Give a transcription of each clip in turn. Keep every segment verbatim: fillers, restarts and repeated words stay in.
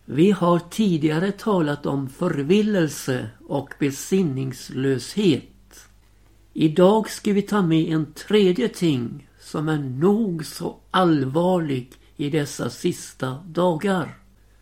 Vi har tidigare talat om förvillelse och besinningslöshet. Idag ska vi ta med en tredje ting som är nog så allvarlig i dessa sista dagar.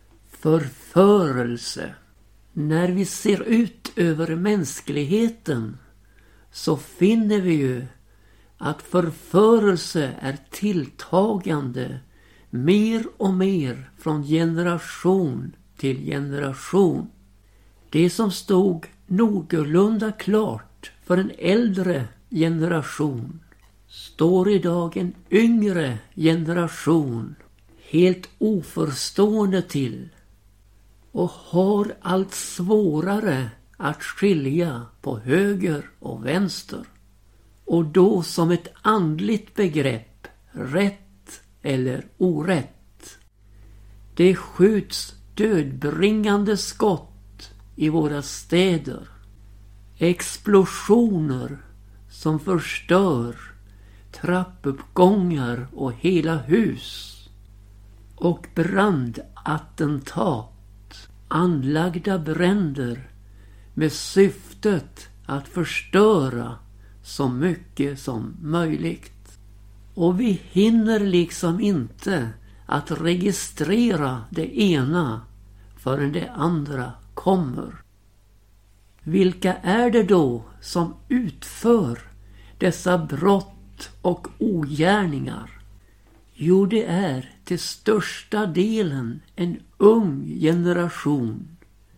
Förförelse. När vi ser ut över mänskligheten så finner vi ju att förförelse är tilltagande mer och mer från generation till generation. Det som stod någorlunda klart för en äldre generation står idag en yngre generation helt oförstående till och har allt svårare att skilja på höger och vänster. Och då som ett andligt begrepp, rätt eller orätt. Det skjuts dödbringande skott i våra städer. Explosioner som förstör trappuppgångar och hela hus. Och brandattentat, anlagda bränder med syftet att förstöra så mycket som möjligt. Och vi hinner liksom inte att registrera det ena förrän det andra kommer. Vilka är det då som utför dessa brott och ogärningar? Jo, det är till största delen en ung generation.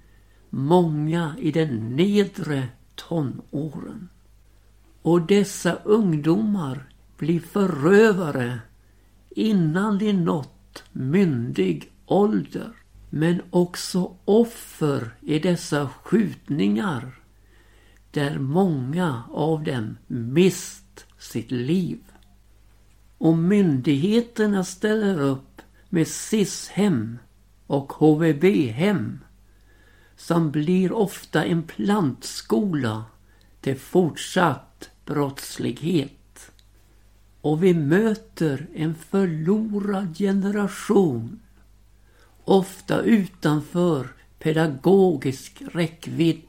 Många i den nedre tonåren. Och dessa ungdomar blir förövare innan de nått myndig ålder. Men också offer i dessa skjutningar där många av dem mist sitt liv. Och myndigheterna ställer upp med S I S-hem och H V B-hem som blir ofta en plantskola till fortsatt brottslighet. Och vi möter en förlorad generation, ofta utanför pedagogisk räckvidd.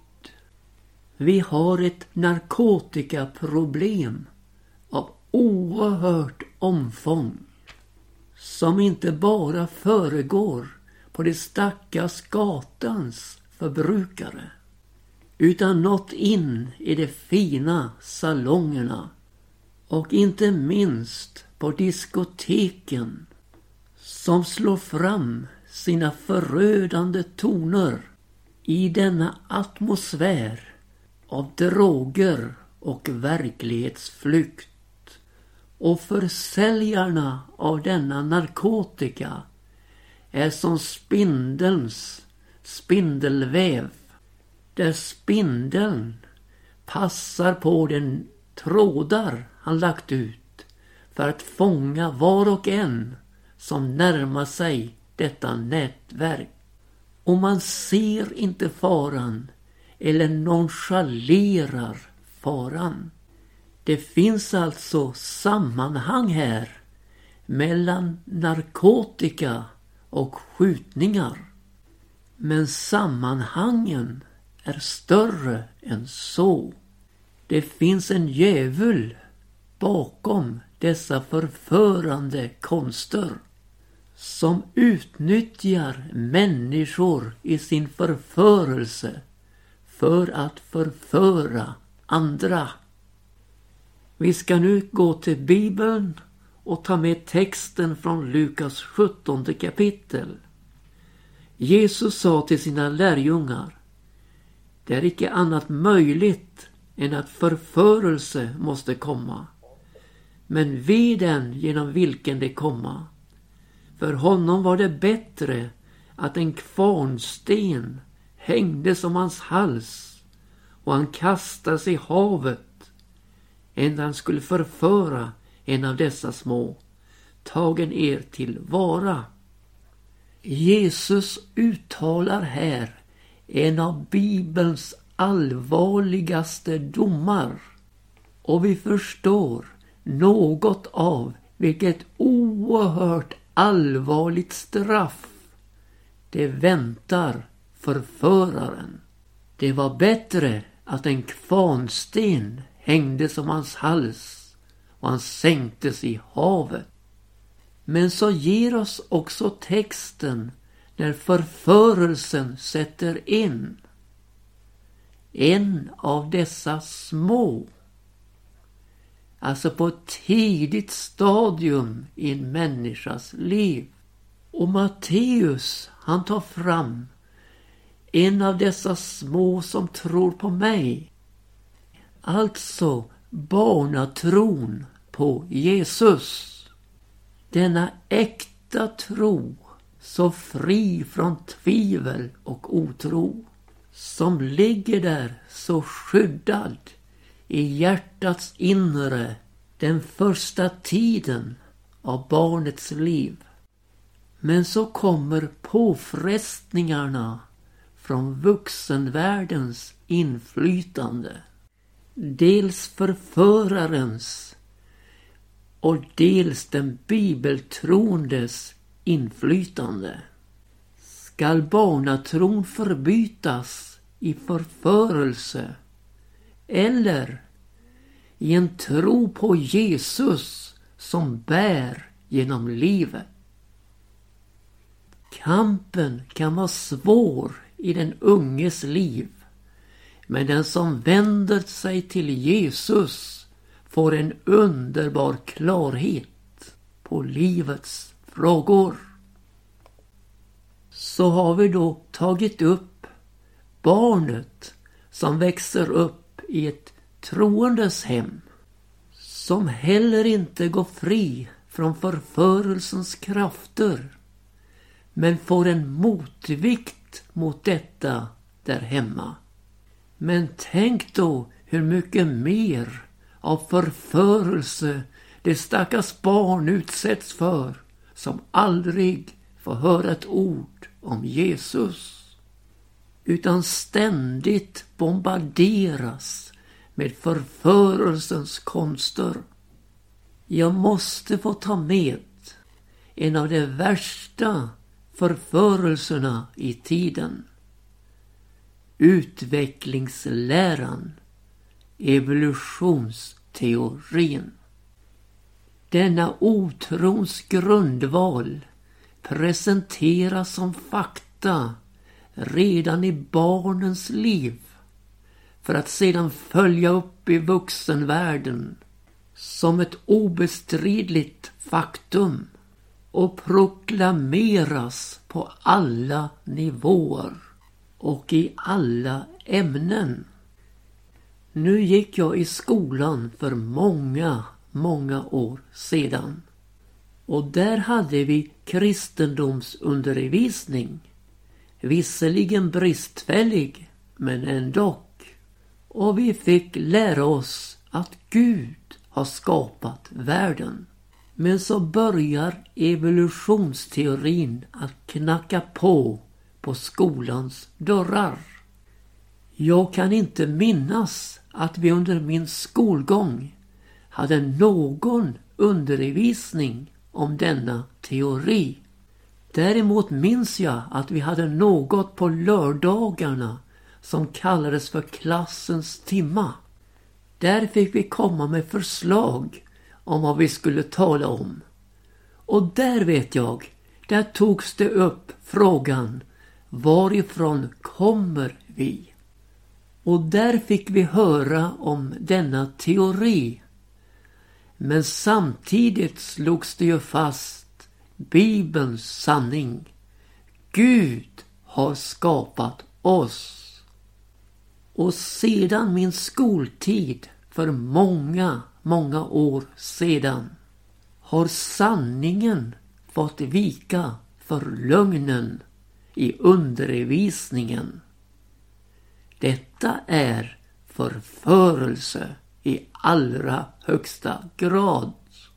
Vi har ett narkotikaproblem av oerhört omfång som inte bara föregår på de stackars gatans förbrukare utan nått in i de fina salongerna och inte minst på diskoteken som slår fram sina förödande toner i denna atmosfär av droger och verklighetsflykt. Och försäljarna av denna narkotika är som spindelns spindelväv, där spindeln passar på den trådar han lagt ut för att fånga var och en som närmar sig detta nätverk. Och man ser inte faran eller nonchalerar faran. Det finns alltså sammanhang här mellan narkotika och skjutningar. Men sammanhangen är större än så. Det finns en djävul bakom dessa förförande konster som utnyttjar människor i sin förförelse för att förföra andra. Vi ska nu gå till Bibeln och ta med texten från Lukas sjuttonde kapitel. Jesus sa till sina lärjungar: det är icke annat möjligt än att förförelse måste komma. Men vid den genom vilken det komma. För honom var det bättre att en kvarnsten hängde som hans hals och han kastades i havet än han skulle förföra en av dessa små. Tagen er till vara. Jesus uttalar här en av Bibelns allvarligaste domar. Och vi förstår något av vilket oerhört allvarligt straff det väntar förföraren. Det var bättre att en kvarnsten hängdes om hans hals och han sänktes i havet. Men så ger oss också texten när förförelsen sätter in. En av dessa små, alltså på ett tidigt stadium i en människas liv. Och Matteus, han tar fram en av dessa små som tror på mig. Alltså barnatron på Jesus. Denna äkta tro, så fri från tvivel och otro, som ligger där så skyddad i hjärtats inre den första tiden av barnets liv. Men så kommer påfrestningarna från vuxenvärldens inflytande. Dels förförarens och dels den bibeltroendes inflytande. Skall barnatron förbytas i förförelse eller i en tro på Jesus som bär genom livet? Kampen kan vara svår i den unges liv, men den som vänder sig till Jesus får en underbar klarhet på livets frågor. Så har vi då tagit upp barnet som växer upp i ett troendes hem, som heller inte går fri från förförelsens krafter, men får en motvikt mot detta där hemma. Men tänk då hur mycket mer av förförelse det stackars barn utsätts för som aldrig får höra ett ord om Jesus, utan ständigt bombarderas med förförelsens konster. Jag måste få ta med en av de värsta förförelserna i tiden. Utvecklingsläran, evolutionsteorin. Denna otrons grundval presenteras som fakta redan i barnens liv för att sedan följa upp i vuxenvärlden som ett obestridligt faktum och proklameras på alla nivåer och i alla ämnen. Nu gick jag i skolan för många, många år sedan. Och där hade vi kristendomsundervisning. Visserligen bristfällig, men ändå. Och vi fick lära oss att Gud har skapat världen. Men så börjar evolutionsteorin att knacka på på skolans dörrar. Jag kan inte minnas att vi under min skolgång hade någon undervisning om denna teori. Däremot minns jag att vi hade något på lördagarna som kallades för klassens timma. Där fick vi komma med förslag om vad vi skulle tala om. Och där vet jag, där togs det upp frågan: varifrån kommer vi? Och där fick vi höra om denna teori. Men samtidigt slogs det ju fast Bibelns sanning. Gud har skapat oss. Och sedan min skoltid för många, många år sedan har sanningen fått vika för lögnen i undervisningen. Detta är förförelse i allra högsta grad.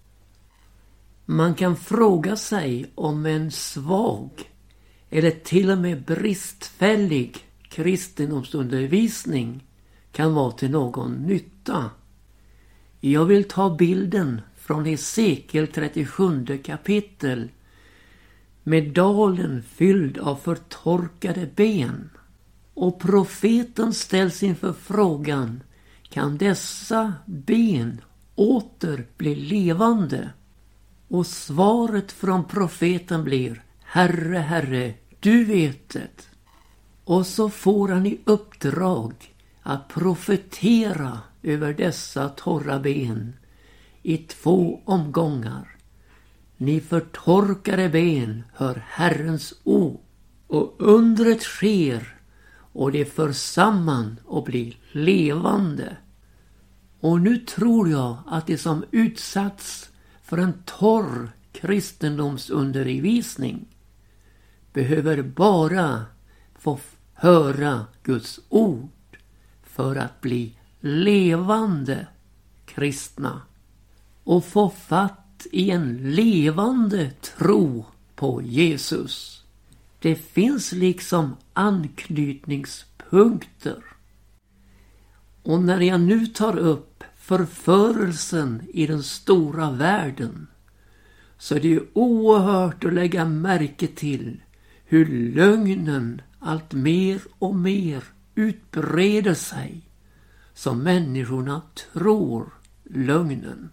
Man kan fråga sig om en svag eller till och med bristfällig kristendomsundervisning kan vara till någon nytta. Jag vill ta bilden från Hesekiel trettiosjunde kapitel med dalen fylld av förtorkade ben. Och profeten ställs inför frågan: kan dessa ben åter bli levande? Och svaret från profeten blir: Herre, Herre, du vet det. Och så får han i uppdrag att profetera över dessa torra ben i två omgångar. Ni förtorkade ben, hör Herrens ord. Och undret sker, och det för samman och blir levande. Och nu tror jag att det som utsatts för en torr kristendomsundervisning behöver bara få höra Guds ord för att bli levande kristna och få fatt i en levande tro på Jesus. Det finns liksom anknytningspunkter. Och när jag nu tar upp förförelsen i den stora världen, så är det ju oerhört att lägga märke till hur lögnen allt mer och mer utbreder sig, som människorna tror lögnen.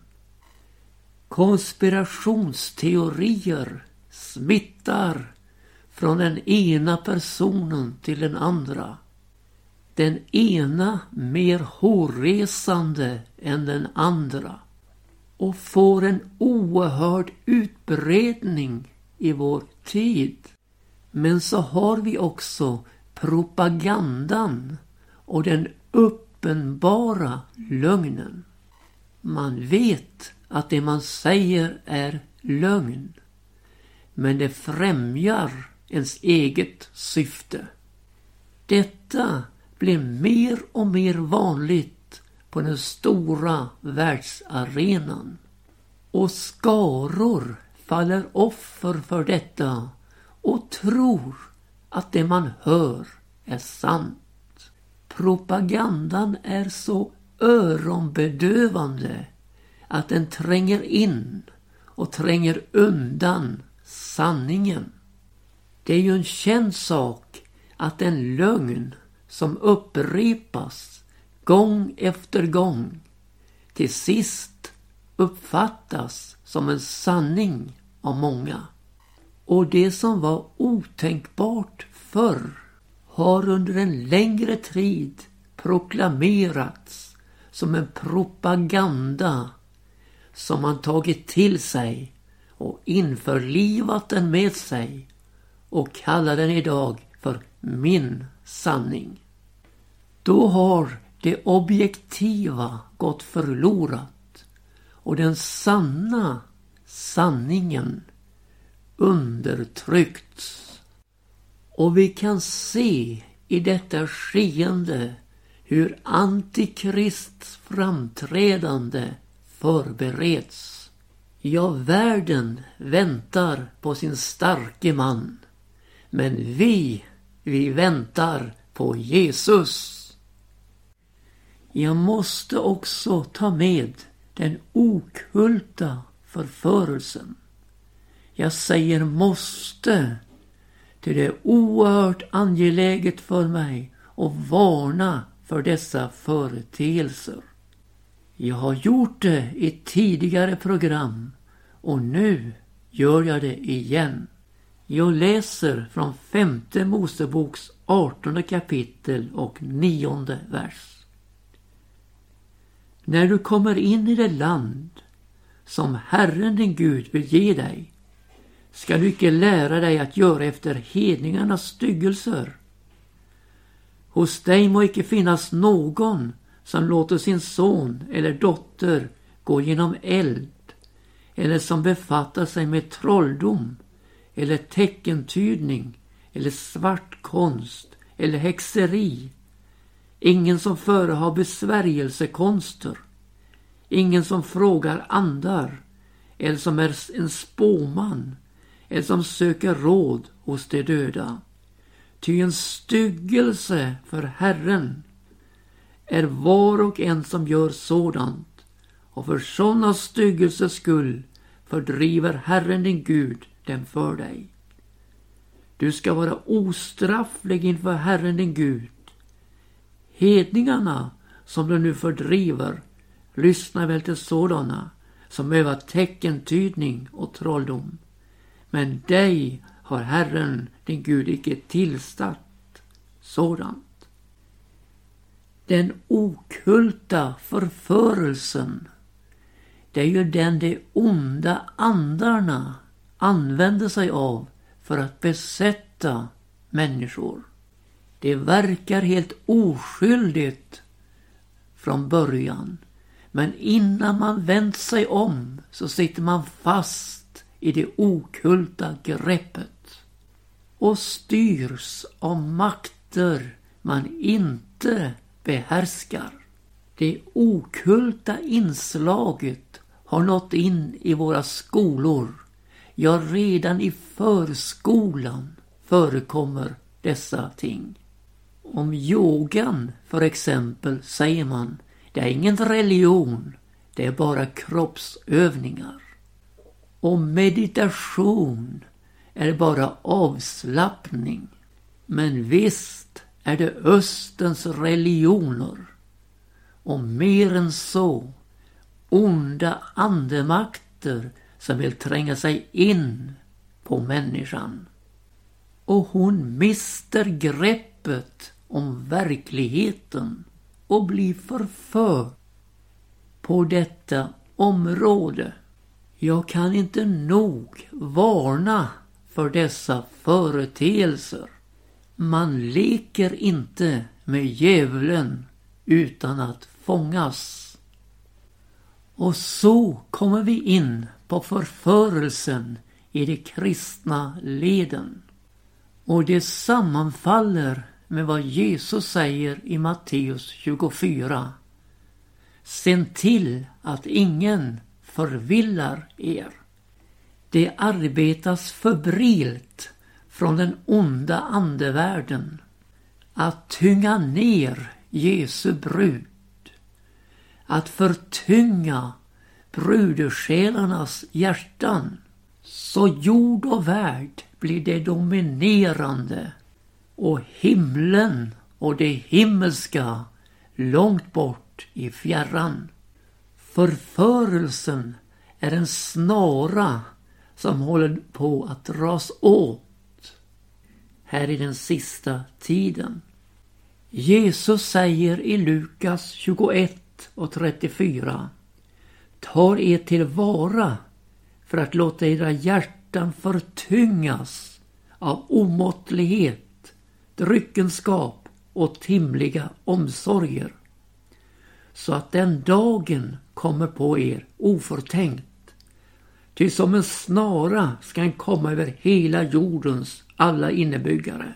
Konspirationsteorier smittar från den ena personen till den andra. Den ena mer hårresande än den andra, och får en oerhörd utbredning i vår tid. Men så har vi också propagandan och den uppenbara lögnen. Man vet att det man säger är lögn, men det främjar ens eget syfte. Detta blir mer och mer vanligt på den stora världsarenan. Och skaror faller offer för detta och tror att det man hör är sant. Propagandan är så öronbedövande att den tränger in och tränger undan sanningen. Det är ju en känd sak att en lögn som upprepas gång efter gång till sist uppfattas som en sanning av många. Och det som var otänkbart förr har under en längre tid proklamerats som en propaganda som man tagit till sig och införlivat den med sig och kallar den idag för min sanning. Då har det objektiva gått förlorat och den sanna sanningen undertryckts. Och vi kan se i detta skeende hur antikrists framträdande förbereds. Ja, världen väntar på sin starke man, men vi, vi väntar på Jesus. Jag måste också ta med den okulta förförelsen. Jag säger måste, till det är oerhört angeläget för mig att varna för dessa företeelser. Jag har gjort det i tidigare program och nu gör jag det igen. Jag läser från femte Moseboks artonde kapitel och nionde vers. När du kommer in i det land som Herren din Gud vill ge dig, ska du icke lära dig att göra efter hedningarnas styggelser. Hos dig må icke finnas någon som låter sin son eller dotter gå genom eld, eller som befattar sig med trolldom, eller teckentydning, eller svartkonst, eller häxeri. Ingen som förehar besvärjelsekonster, ingen som frågar andar, eller som är en spåman, eller som söker råd hos de döda. Ty en styggelse för Herren är var och en som gör sådant, och för sådana styggelses skull fördriver Herren din Gud den för dig. Du ska vara ostrafflig inför Herren din Gud. Hedningarna som du nu fördriver lyssnar väl till sådana som övar teckentydning och trolldom. Men dig har Herren din Gud icke tillsatt sådant. Den okulta förförelsen, det är ju den de onda andarna använder sig av för att besätta människor. Det verkar helt oskyldigt från början, men innan man vänt sig om så sitter man fast i det okulta greppet och styrs av makter man inte behärskar. Det okulta inslaget har nått in i våra skolor. Ja, redan i förskolan förekommer dessa ting. Om yogan för exempel säger man, det är ingen religion, det är bara kroppsövningar. Och meditation är bara avslappning. Men visst är det Östens religioner. Och mer än så, onda andemakter som vill tränga sig in på människan. Och hon mister greppet om verkligheten och blir förförd på detta område. Jag kan inte nog varna för dessa företeelser. Man leker inte med djävulen utan att fångas. Och så kommer vi in på förförelsen i de kristna leden. Och det sammanfaller med vad Jesus säger i Matteus tjugofyra. Se till att ingen förvillar er. Det arbetas febrilt från den onda andevärlden att tynga ner Jesu brud. Att förtynga brudesjälarnas hjärtan. Så jord och värld blir det dominerande och himlen och det himmelska långt bort i fjärran. Förförelsen är en snara som håller på att dras åt här i den sista tiden. Jesus säger i Lukas tjugoett och trettiofyra: ta er tillvara för att låta era hjärtan förtyngas av omåttlighet, dryckenskap och timliga omsorger, så att den dagen kommer på er oförtänkt. Ty som en snara ska han komma över hela jordens alla innebyggare.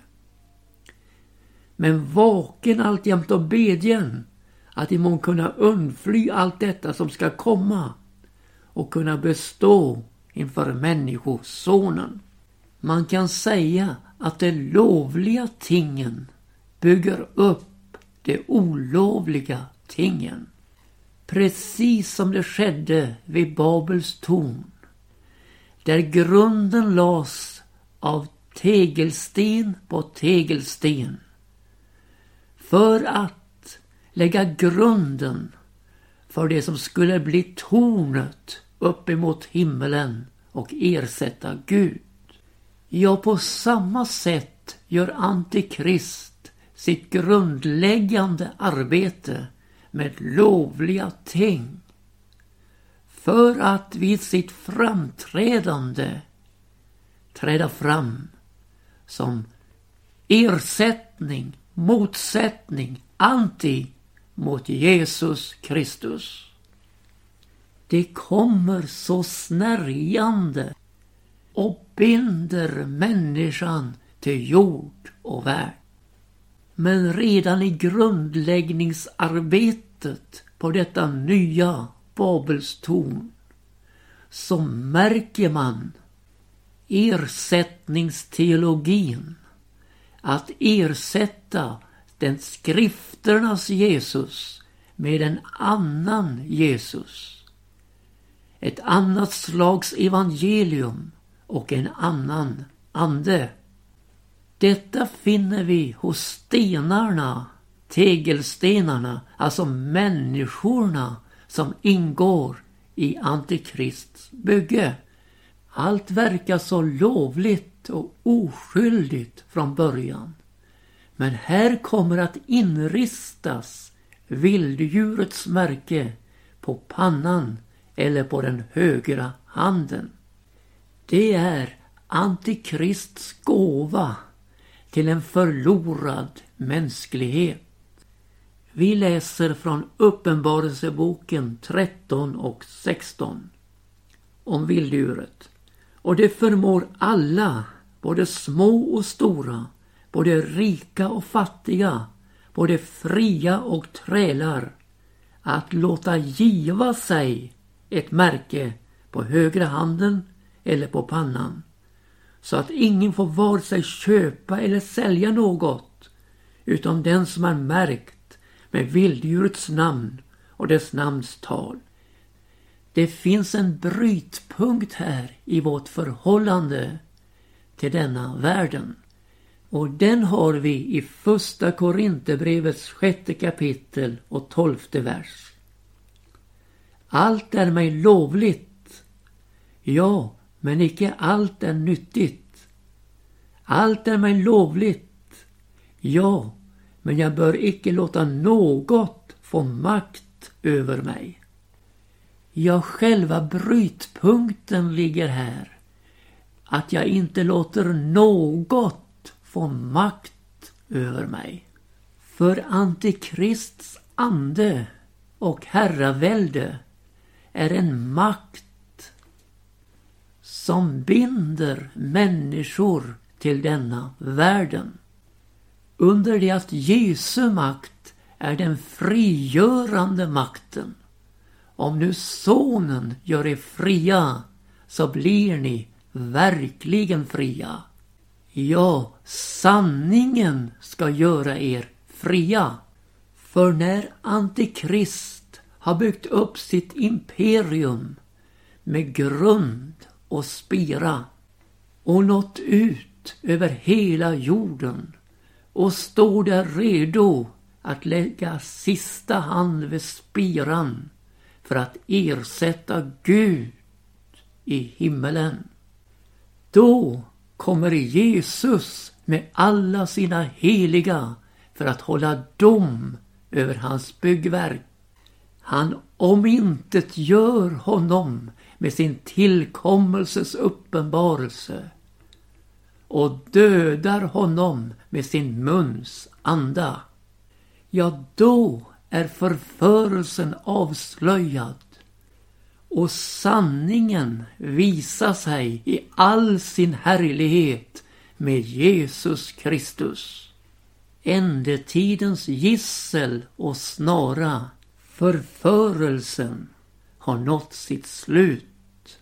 Men vaken alltjämt och bedjen, att imorgon kunna undfly allt detta som ska komma och kunna bestå inför människosonen. Man kan säga att de lovliga tingen bygger upp de olovliga tingen. Precis som det skedde vid Babels torn, där grunden lades av tegelsten på tegelsten för att lägga grunden för det som skulle bli tornet uppemot himmelen och ersätta Gud. Ja, på samma sätt gör Antikrist sitt grundläggande arbete med lovliga ting för att vid sitt framträdande träda fram som ersättning, motsättning, anti mot Jesus Kristus. Det kommer så snärjande och binder människan till jord och värld. Men redan i grundläggningsarbetet på detta nya Babels torn så märker man ersättningsteologin, att ersätta den skrifternas Jesus med en annan Jesus, ett annat slags evangelium och en annan ande. Detta finner vi hos stenarna, tegelstenarna, alltså människorna som ingår i Antikrists bygge. Allt verkar så lovligt och oskyldigt från början. Men här kommer att inristas vilddjurets märke på pannan eller på den högra handen. Det är Antikrists gåva till en förlorad mänsklighet. Vi läser från Uppenbarelseboken tretton och sexton om vilddjuret. Och det förmår alla, både små och stora, både rika och fattiga, både fria och trälar, att låta giva sig ett märke på högra handen eller på pannan, så att ingen får vare sig köpa eller sälja något, utom den som är märkt med vilddjurets namn och dess namns tal. Det finns en brytpunkt här i vårt förhållande till denna världen. Och den har vi i första Korinthierbrevets sjätte kapitel och tolfte vers. Allt är mig lovligt, ja, men icke allt är nyttigt. Allt är mig lovligt, ja, men jag bör icke låta något få makt över mig. Ja, själva brytpunkten ligger här. Att jag inte låter något få makt över mig. För Antikrists ande och herravälde är en makt som binder människor till denna världen. Under det att Jesu makt är den frigörande makten. Om nu sonen gör er fria, så blir ni verkligen fria. Ja, sanningen ska göra er fria. För när Antikrist har byggt upp sitt imperium med grund och spira och nått ut över hela jorden och står där redo att lägga sista hand vid spiran för att ersätta Gud i himmelen. Då kommer Jesus med alla sina heliga för att hålla dom över hans byggverk. Han omintetgör honom med sin tillkommelses uppenbarelse och dödar honom med sin muns anda. Ja, då är förförelsen avslöjad och sanningen visar sig i all sin härlighet med Jesus Kristus. Ändetidens gissel och snara, förförelsen, har nått sitt slut.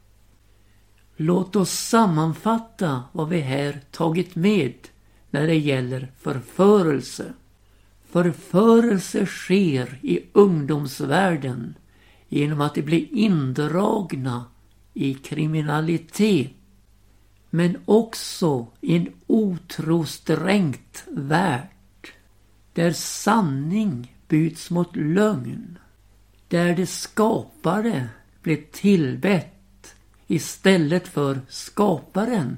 Låt oss sammanfatta vad vi här tagit med när det gäller förförelse. Förförelse sker i ungdomsvärlden genom att de blir indragna i kriminalitet, men också i en otrosträngt värld där sanning byts mot lögn, där det skapade blir tillbett istället för skaparen.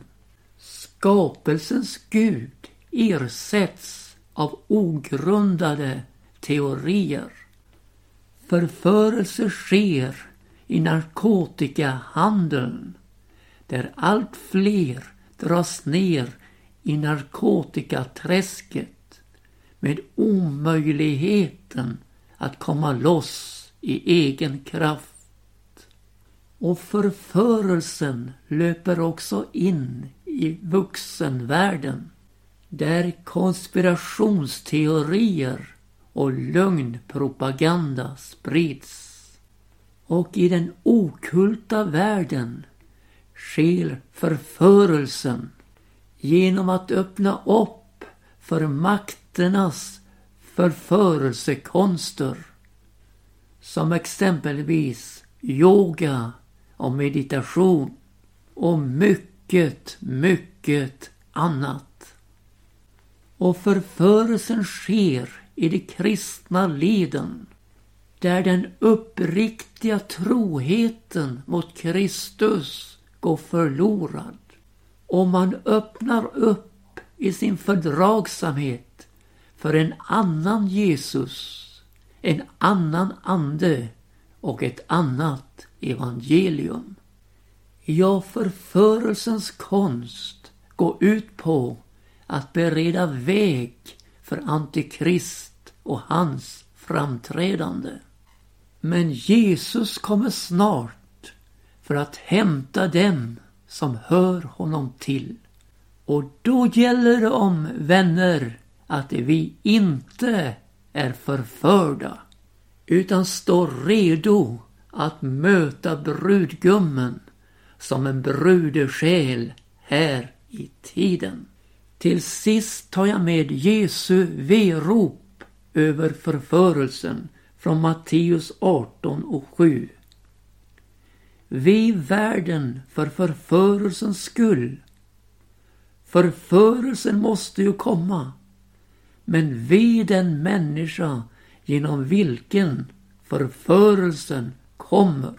Skapelsens Gud ersätts av ogrundade teorier. Förförelse sker i narkotikahandeln, där allt fler dras ner i narkotikaträsket med omöjligheten att komma loss i egen kraft. Och förförelsen löper också in i vuxenvärlden, där konspirationsteorier och lögnpropaganda sprids. Och i den okulta världen sker förförelsen genom att öppna upp för makternas förförelsekonster, som exempelvis yoga och meditation och mycket, mycket annat. Och förförelsen sker i de kristna leden, där den uppriktiga troheten mot Kristus går förlorad. Och man öppnar upp i sin fördragsamhet för en annan Jesus, en annan ande och ett annat evangelium. Ja, förförelsens konst går ut på att bereda väg för Antikrist och hans framträdande. Men Jesus kommer snart för att hämta dem som hör honom till. Och då gäller det om, vänner, att vi inte är förförda, utan står redo att möta brudgummen som en brudesjäl här i tiden. Till sist tar jag med Jesu verop över förförelsen från Matteus arton och sju. Vi världen för förförelsens skull. Förförelsen måste ju komma, men vi den människa genom vilken förförelsen kommer.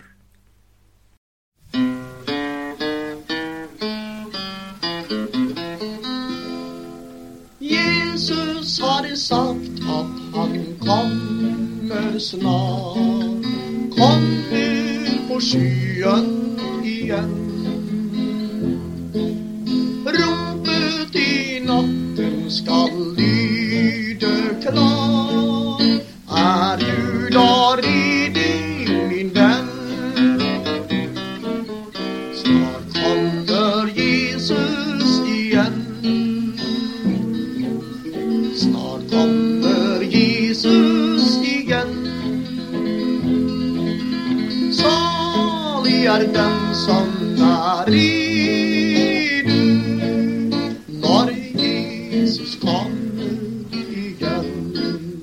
Jesus hade sagt att han kommer snart. Kom ner på skyn igen. Ropet i natten skall lyda klart. Är du där redig, min vän? Snart kommer Jesus igen. Snart kommer Jesus igen. Salig är den som är redo när Jesus kommer igen.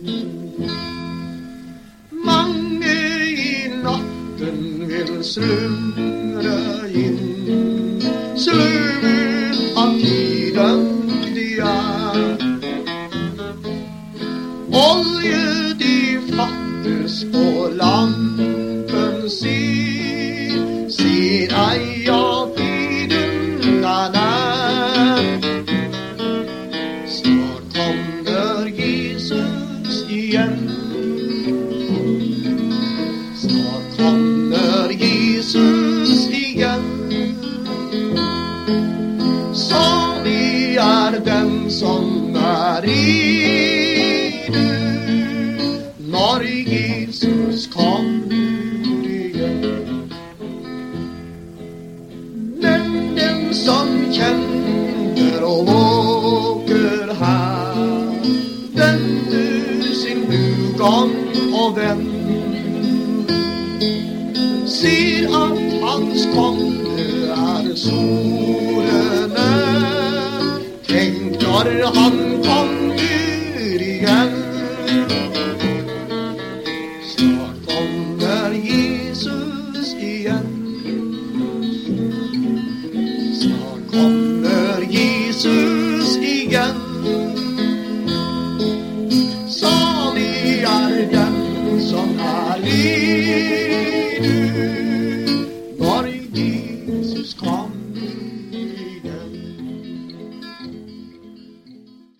Mange i natten vill slumra in, slut av tiden det är. Olje de fattes på lampen ser, ser ej av tiden är. Snart kommer Jesus igen. Snart kommer Jesus igen. Salig är den som är redo när Jesus kommer igen. Men den som känner och vågar här vänder sin rygg om och vän, ser att hans kommande är solen är. Tänk när han kommer igen.